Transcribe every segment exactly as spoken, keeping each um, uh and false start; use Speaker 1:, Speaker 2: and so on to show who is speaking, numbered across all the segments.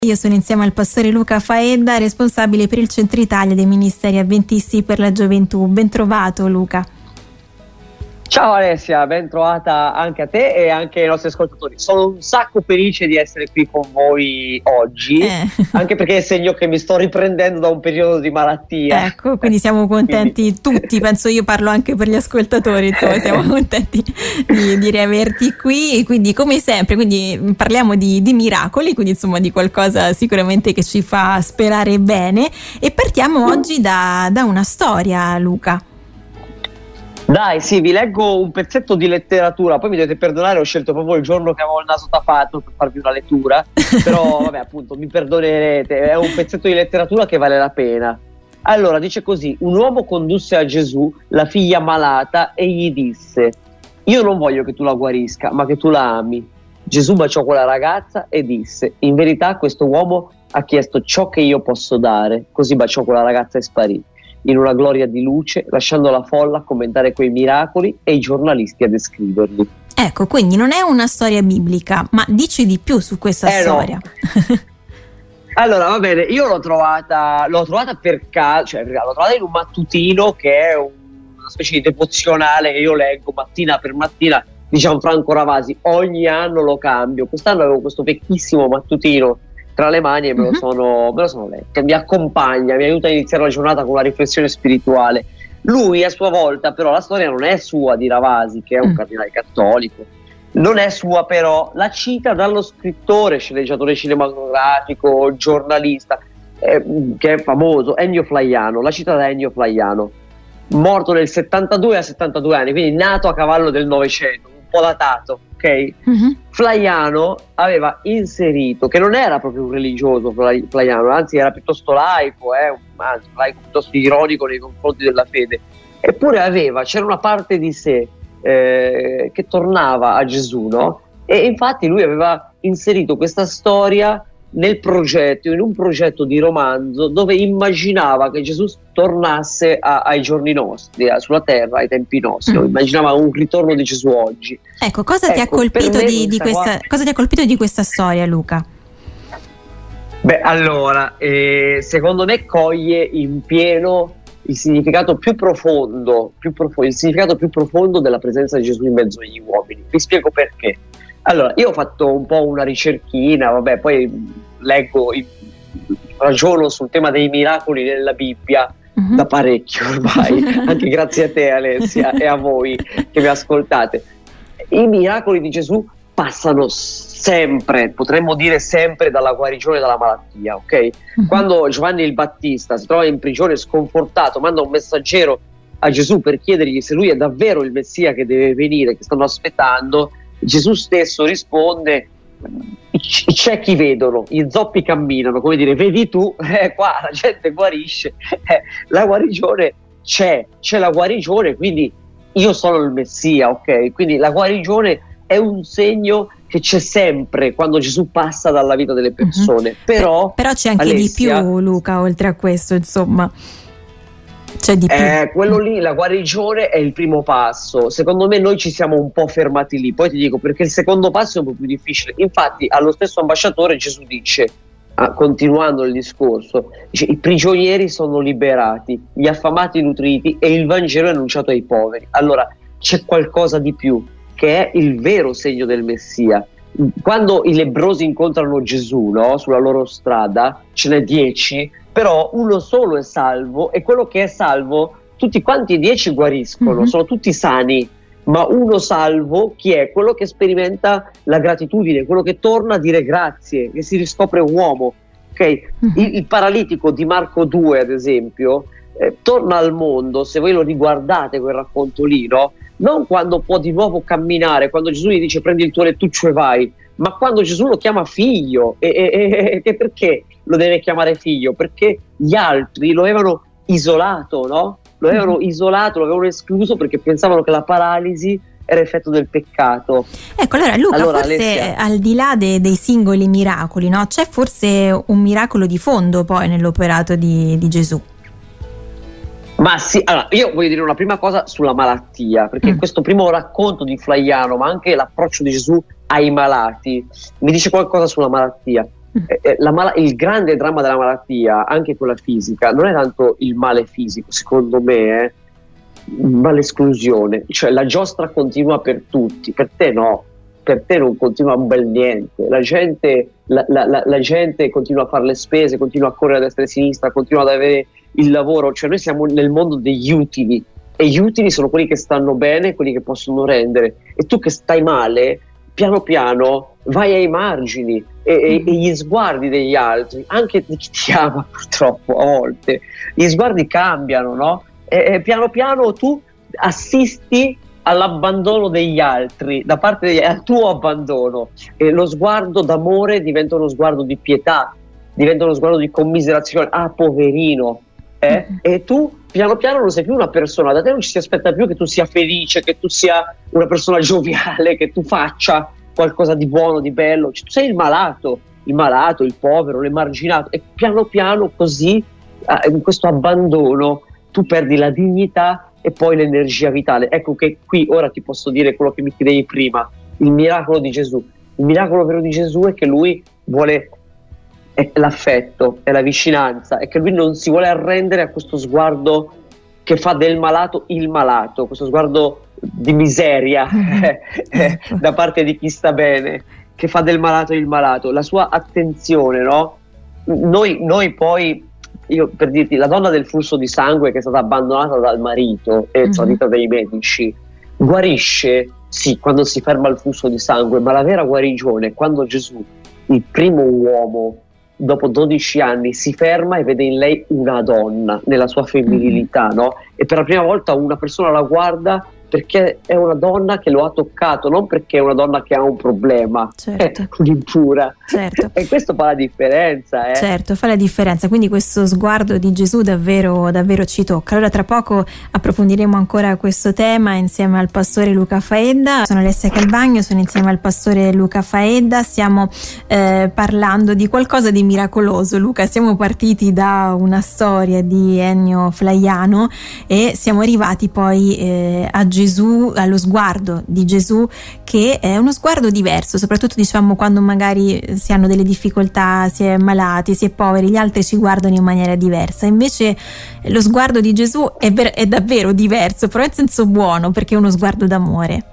Speaker 1: Io sono insieme al pastore Luca Faedda, responsabile per il Centro Italia dei Ministeri Adventisti per la Gioventù. Ben trovato, Luca.
Speaker 2: Ciao Alessia, ben trovata anche a te e anche ai nostri ascoltatori. Sono un sacco felice di essere qui con voi oggi, eh. anche perché è segno che mi sto riprendendo da un periodo di malattia.
Speaker 1: Ecco, quindi siamo contenti quindi. tutti, penso io parlo anche per gli ascoltatori, insomma siamo contenti di, di riaverti qui, e quindi come sempre, quindi parliamo di, di miracoli, quindi insomma di qualcosa sicuramente che ci fa sperare bene, e partiamo oggi da, da una storia, Luca.
Speaker 2: Dai, sì, vi leggo un pezzetto di letteratura, poi mi dovete perdonare, ho scelto proprio il giorno che avevo il naso tappato per farvi una lettura, però vabbè, appunto, mi perdonerete, è un pezzetto di letteratura che vale la pena. Allora, dice così: un uomo condusse a Gesù la figlia malata e gli disse: io non voglio che tu la guarisca, ma che tu la ami. Gesù baciò quella ragazza e disse: in verità questo uomo ha chiesto ciò che io posso dare. Così baciò quella ragazza e sparì in una gloria di luce, lasciando la folla a commentare quei miracoli e i giornalisti a descriverli.
Speaker 1: Ecco, quindi non è una storia biblica, ma dici di più su questa
Speaker 2: eh
Speaker 1: storia.
Speaker 2: No. Allora, va bene, io l'ho trovata, l'ho trovata per caso, cioè l'ho trovata in un mattutino che è una specie di devozionale che io leggo mattina per mattina di Gianfranco Ravasi. Ogni anno lo cambio. Quest'anno avevo questo vecchissimo mattutino tra le mani e me lo, sono, me lo sono letto. Mi accompagna, mi aiuta a iniziare la giornata con una riflessione spirituale. Lui a sua volta, però, la storia non è sua di Ravasi, che è un cardinale cattolico, non è sua, però la cita dallo scrittore, sceneggiatore cinematografico, giornalista, eh, che è famoso, Ennio Flaiano. La cita da Ennio Flaiano, morto nel settantadue a settantadue anni, quindi nato a cavallo del Novecento, un po' datato. Okay. Uh-huh. Flaiano aveva inserito, che non era proprio un religioso Flaiano, anzi era piuttosto laico, eh, anzi laico piuttosto ironico nei confronti della fede, eppure aveva, c'era una parte di sé eh, che tornava a Gesù, no? E infatti lui aveva inserito questa storia nel progetto, in un progetto di romanzo dove immaginava che Gesù tornasse a, ai giorni nostri, a, sulla terra, ai tempi nostri, mm. immaginava un ritorno di Gesù oggi.
Speaker 1: Ecco, cosa ecco, ti ha colpito di, di questa, guarda... cosa ti ha colpito di questa storia, Luca?
Speaker 2: Beh, allora, eh, secondo me coglie in pieno il significato più profondo, più profondo, il significato più profondo della presenza di Gesù in mezzo agli uomini. Vi spiego perché. Allora, io ho fatto un po' una ricerchina, vabbè, poi leggo, ragiono sul tema dei miracoli nella Bibbia uh-huh. da parecchio ormai, anche grazie a te Alessia e a voi che mi ascoltate. I miracoli di Gesù passano sempre, potremmo dire sempre, dalla guarigione dalla malattia, ok? Uh-huh. Quando Giovanni il Battista si trova in prigione sconfortato, manda un messaggero a Gesù per chiedergli se lui è davvero il Messia che deve venire, che stanno aspettando. Gesù stesso risponde: i ciechi vedono, gli zoppi camminano, come dire, vedi tu, eh, qua la gente guarisce, eh, la guarigione c'è, c'è la guarigione, quindi io sono il Messia, ok? Quindi la guarigione è un segno che c'è sempre quando Gesù passa dalla vita delle persone. Mm-hmm. Però,
Speaker 1: però c'è anche Alessia, di più, Luca, oltre a questo, insomma. C'è di più.
Speaker 2: Eh, quello lì, la guarigione è il primo passo. Secondo me noi ci siamo un po' fermati lì. Poi ti dico perché il secondo passo è un po' più difficile. Infatti allo stesso ambasciatore Gesù dice, ah, continuando il discorso, dice: i prigionieri sono liberati, gli affamati nutriti e il Vangelo è annunciato ai poveri. Allora c'è qualcosa di più, che è il vero segno del Messia. Quando i lebbrosi incontrano Gesù, no, sulla loro strada, ce n'è dieci, però uno solo è salvo, e quello che è salvo, tutti quanti e dieci guariscono, mm-hmm. sono tutti sani, ma uno salvo, chi è? Quello che sperimenta la gratitudine, quello che torna a dire grazie, che si riscopre uomo, okay? Mm-hmm. il, il paralitico di Marco due, ad esempio, eh, torna al mondo, se voi lo riguardate quel racconto lì, no? Non quando può di nuovo camminare, quando Gesù gli dice prendi il tuo lettuccio e vai, ma quando Gesù lo chiama figlio. E, e, e perché lo deve chiamare figlio? Perché gli altri lo avevano isolato, no? Lo avevano mm-hmm. isolato, lo avevano escluso perché pensavano che la paralisi era effetto del peccato.
Speaker 1: Ecco, allora Luca,
Speaker 2: allora,
Speaker 1: forse
Speaker 2: Alessia,
Speaker 1: al di là de, dei singoli miracoli, no? C'è forse un miracolo di fondo poi nell'operato di, di Gesù.
Speaker 2: Ma sì, allora io voglio dire una prima cosa sulla malattia, perché mm. questo primo racconto di Flaiano, ma anche l'approccio di Gesù ai malati, mi dice qualcosa sulla malattia. Eh, la mala- il grande dramma della malattia, anche quella fisica, non è tanto il male fisico, secondo me, eh, ma l'esclusione. Cioè la giostra continua per tutti, per te no, per te non continua un bel niente. La gente, la, la, la, la gente continua a fare le spese, continua a correre a destra e a sinistra, continua ad avere il lavoro. Cioè noi siamo nel mondo degli utili, e gli utili sono quelli che stanno bene, quelli che possono rendere, e tu che stai male piano piano vai ai margini e, e, e gli sguardi degli altri, anche di chi ti ama, purtroppo a volte gli sguardi cambiano, no? E, e piano piano tu assisti all'abbandono degli altri, da parte degli, al tuo abbandono, e lo sguardo d'amore diventa uno sguardo di pietà, diventa uno sguardo di commiserazione. Ah, poverino, eh? Mm-hmm. E tu piano piano non sei più una persona, da te non ci si aspetta più che tu sia felice, che tu sia una persona gioviale, che tu faccia qualcosa di buono, di bello. Cioè, tu sei il malato, il malato, il povero, l'emarginato, e piano piano così, eh, in questo abbandono, tu perdi la dignità e poi l'energia vitale. Ecco che qui ora ti posso dire quello che mi chiedevi prima, il miracolo di Gesù. Il miracolo vero di Gesù è che lui vuole è l'affetto, è la vicinanza, è che lui non si vuole arrendere a questo sguardo che fa del malato il malato, questo sguardo di miseria eh, da parte di chi sta bene, che fa del malato il malato. La sua attenzione, no? Noi, noi poi, io per dirti, la donna del flusso di sangue che è stata abbandonata dal marito e mm-hmm. tradita dai medici, guarisce, sì, quando si ferma il flusso di sangue, ma la vera guarigione è quando Gesù, il primo uomo, dopo dodici anni si ferma e vede in lei una donna nella sua femminilità, no? E per la prima volta una persona la guarda perché è una donna che lo ha toccato, non perché è una donna che ha un problema, certo. È un'impura. Certo. E questo fa la differenza. Eh.
Speaker 1: Certo, fa la differenza, quindi questo sguardo di Gesù davvero, davvero ci tocca. Allora tra poco approfondiremo ancora questo tema insieme al pastore Luca Faedda. Sono Alessia Calvagno, sono insieme al pastore Luca Faedda, stiamo eh, parlando di qualcosa di miracoloso. Luca, siamo partiti da una storia di Ennio Flaiano e siamo arrivati poi eh, a Gesù. Gesù, allo sguardo di Gesù, che è uno sguardo diverso, soprattutto diciamo quando magari si hanno delle difficoltà, si è malati, si è poveri, gli altri ci guardano in maniera diversa. Invece lo sguardo di Gesù è, ver- è davvero diverso, però in senso buono, perché è uno sguardo d'amore.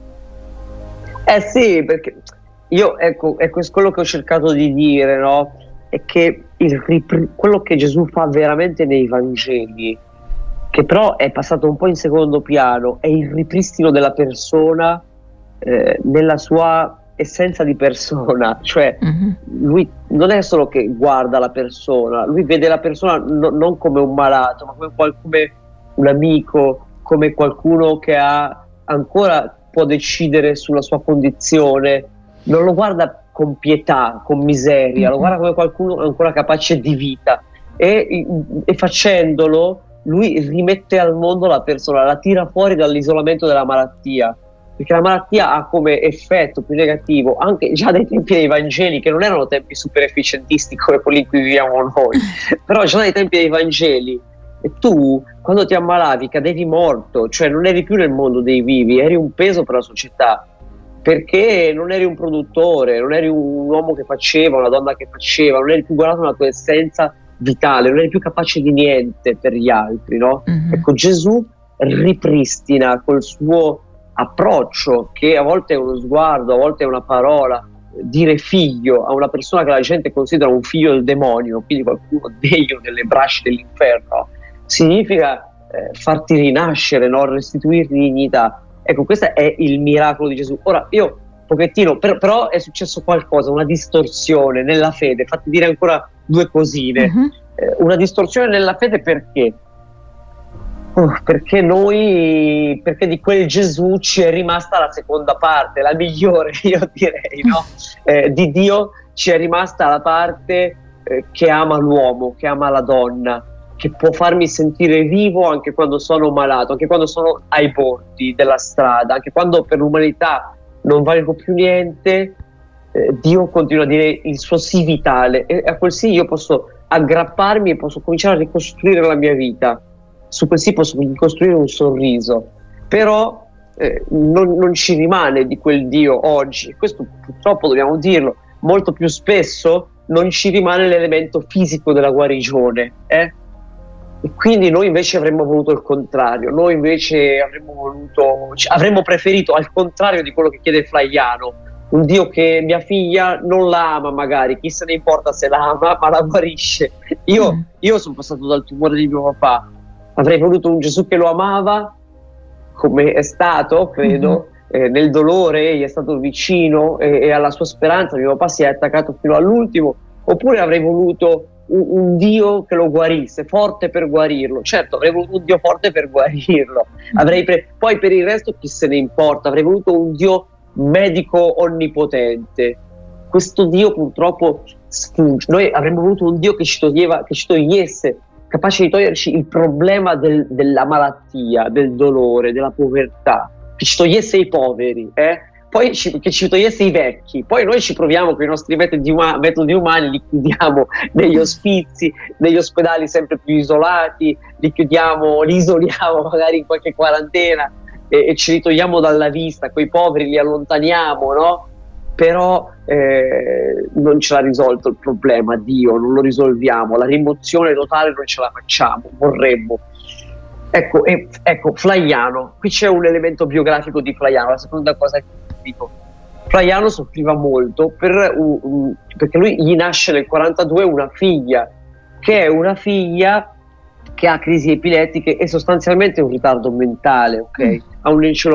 Speaker 2: Eh sì, perché io, ecco, ecco quello che ho cercato di dire, no? È che il ripr- quello che Gesù fa veramente nei Vangeli, che però è passato un po' in secondo piano, è il ripristino della persona eh, nella sua essenza di persona. Cioè uh-huh. lui non è solo che guarda la persona, lui vede la persona no, non come un malato, ma come, qual- come un amico, come qualcuno che ha ancora può decidere sulla sua condizione. Non lo guarda con pietà, con miseria, uh-huh. lo guarda come qualcuno ancora capace di vita, e, e facendolo lui rimette al mondo la persona, la tira fuori dall'isolamento della malattia, perché la malattia ha come effetto più negativo, anche già dai tempi dei Vangeli, che non erano tempi super efficientisti come quelli in cui viviamo noi, però già dai tempi dei Vangeli, e tu quando ti ammalavi cadevi morto, cioè non eri più nel mondo dei vivi, eri un peso per la società, perché non eri un produttore, non eri un uomo che faceva, una donna che faceva, non eri più guardato nella tua essenza vitale, non eri più capace di niente per gli altri, no? Mm-hmm. Ecco, Gesù ripristina col suo approccio, che a volte è uno sguardo, a volte è una parola, dire figlio a una persona che la gente considera un figlio del demonio, quindi qualcuno degno delle braccia dell'inferno, significa eh, farti rinascere, no? Restituirti dignità. Ecco, questo è il miracolo di Gesù. Ora, io pochettino, per, però è successo qualcosa, una distorsione nella fede. Fatti dire ancora due cosine. Uh-huh. Eh, una distorsione nella fede perché? Uh, perché noi, perché di quel Gesù ci è rimasta la seconda parte, la migliore, io direi, no? Eh, di Dio ci è rimasta la parte eh, che ama l'uomo, che ama la donna, che può farmi sentire vivo anche quando sono malato, anche quando sono ai bordi della strada, anche quando per l'umanità non valgo più niente. Eh, Dio continua a dire il suo sì vitale, e a quel sì io posso aggrapparmi e posso cominciare a ricostruire la mia vita. Su quel sì posso ricostruire un sorriso, però eh, non, non ci rimane di quel Dio oggi. Questo purtroppo dobbiamo dirlo, molto più spesso non ci rimane l'elemento fisico della guarigione, eh? E quindi noi invece avremmo voluto il contrario, noi invece avremmo voluto, cioè, avremmo preferito al contrario di quello che chiede Flaiano, un Dio che mia figlia non la ama magari, chi se ne importa se la ama, ma la guarisce. Io, mm. io sono passato dal tumore di mio papà, avrei voluto un Gesù che lo amava, come è stato, credo, mm-hmm. eh, nel dolore gli è stato vicino e, e alla sua speranza mio papà si è attaccato fino all'ultimo, oppure avrei voluto un, un Dio che lo guarisse, forte per guarirlo. Certo, avrei voluto un Dio forte per guarirlo, avrei pre- poi per il resto chi se ne importa, avrei voluto un Dio medico onnipotente. Questo Dio purtroppo sfugge. Noi avremmo voluto un Dio che ci toglieva, che ci togliesse, capace di toglierci il problema del, della malattia, del dolore, della povertà, che ci togliesse i poveri, eh? Poi ci, che ci togliesse i vecchi. Poi noi ci proviamo con i nostri metodi, uma- metodi umani, li chiudiamo negli ospizi, negli ospedali sempre più isolati, li chiudiamo, li isoliamo magari in qualche quarantena e, e ci ritogliamo dalla vista, quei poveri li allontaniamo, no? Però eh, non ce l'ha risolto il problema, Dio, non lo risolviamo, la rimozione totale non ce la facciamo, vorremmo. Ecco, e, ecco, Flaiano, qui c'è un elemento biografico di Flaiano, la seconda cosa che dico. Flaiano soffriva molto per un, un, perché lui gli nasce nel quarantadue una figlia, che è una figlia che ha crisi epilettiche e sostanzialmente un ritardo mentale, ok? Mm. Ha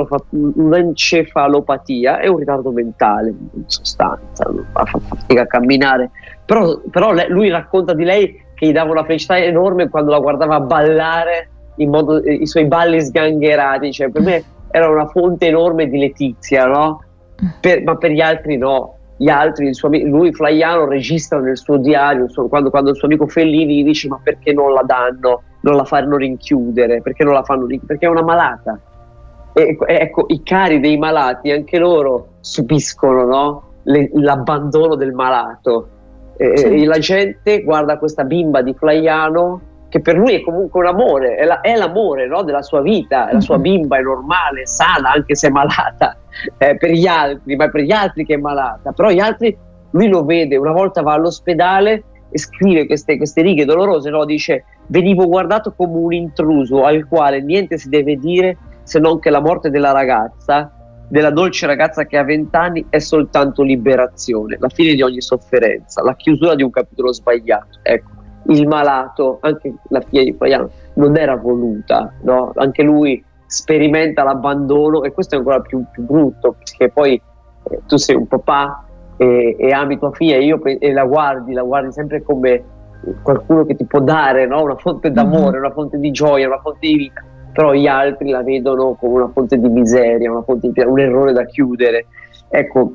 Speaker 2: un'encefalopatia e un ritardo mentale, in sostanza, fa fatica a camminare, però, però lei, lui racconta di lei che gli dava una felicità enorme quando la guardava ballare in modo, i suoi balli sgangherati, cioè per me era una fonte enorme di letizia, no? Per, ma per gli altri no. Gli altri, il suo, lui Flaiano registra nel suo diario suo, quando, quando il suo amico Fellini gli dice ma perché non la danno, non la fanno rinchiudere, perché non la fanno rinchiudere? Perché è una malata. E, ecco, i cari dei malati anche loro subiscono, no? Le, l'abbandono del malato. E, sì. E la gente guarda questa bimba di Flaiano che per lui è comunque un amore, è, la, è l'amore, no? Della sua vita, la sua bimba è normale, sana anche se è malata, eh, per gli altri, ma è per gli altri che è malata, però gli altri, lui lo vede, una volta va all'ospedale e scrive queste, queste righe dolorose, no? Dice: venivo guardato come un intruso al quale niente si deve dire se non che la morte della ragazza, della dolce ragazza che ha vent'anni, è soltanto liberazione, la fine di ogni sofferenza, la chiusura di un capitolo sbagliato. Ecco, il malato, anche la figlia di Flaiano, non era voluta, no? Anche lui sperimenta l'abbandono e questo è ancora più, più brutto, perché poi eh, tu sei un papà e, e ami tua figlia e, io, e la guardi, la guardi sempre come qualcuno che ti può dare, no? Una fonte d'amore, mm-hmm. una fonte di gioia, una fonte di vita, però gli altri la vedono come una fonte di miseria, una fonte di, un errore da chiudere. Ecco,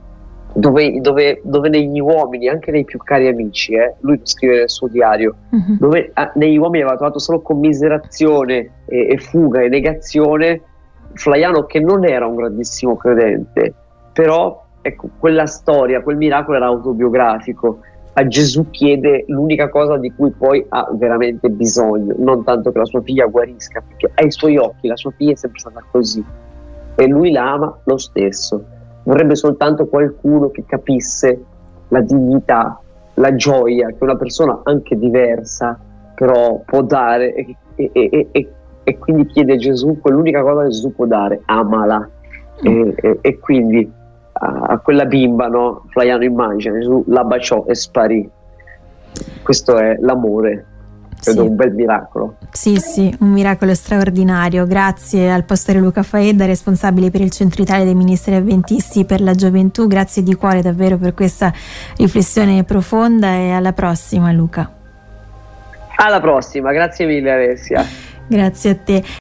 Speaker 2: dove, dove, dove negli uomini, anche nei più cari amici, eh, lui scrive nel suo diario, mm-hmm. dove ah, negli uomini aveva trovato solo commiserazione e, e fuga e negazione, Flaiano, che non era un grandissimo credente, però ecco, quella storia, quel miracolo era autobiografico. A Gesù chiede l'unica cosa di cui poi ha veramente bisogno, non tanto che la sua figlia guarisca, perché ai suoi occhi la sua figlia è sempre stata così e lui la ama lo stesso. Vorrebbe soltanto qualcuno che capisse la dignità, la gioia che una persona anche diversa però può dare e, e, e, e, e quindi chiede a Gesù quell'unica cosa che Gesù può dare: amala. E, e, e quindi a quella bimba, no? Flaiano immagina, Gesù la baciò e sparì. Questo è l'amore, credo, sì. Un bel miracolo.
Speaker 1: Sì, sì, un miracolo straordinario. Grazie al pastore Luca Faedda, responsabile per il Centro Italia dei Ministeri Avventisti per la Gioventù. Grazie di cuore davvero per questa riflessione profonda e alla prossima, Luca.
Speaker 2: Alla prossima, grazie mille Alessia.
Speaker 1: Grazie a te.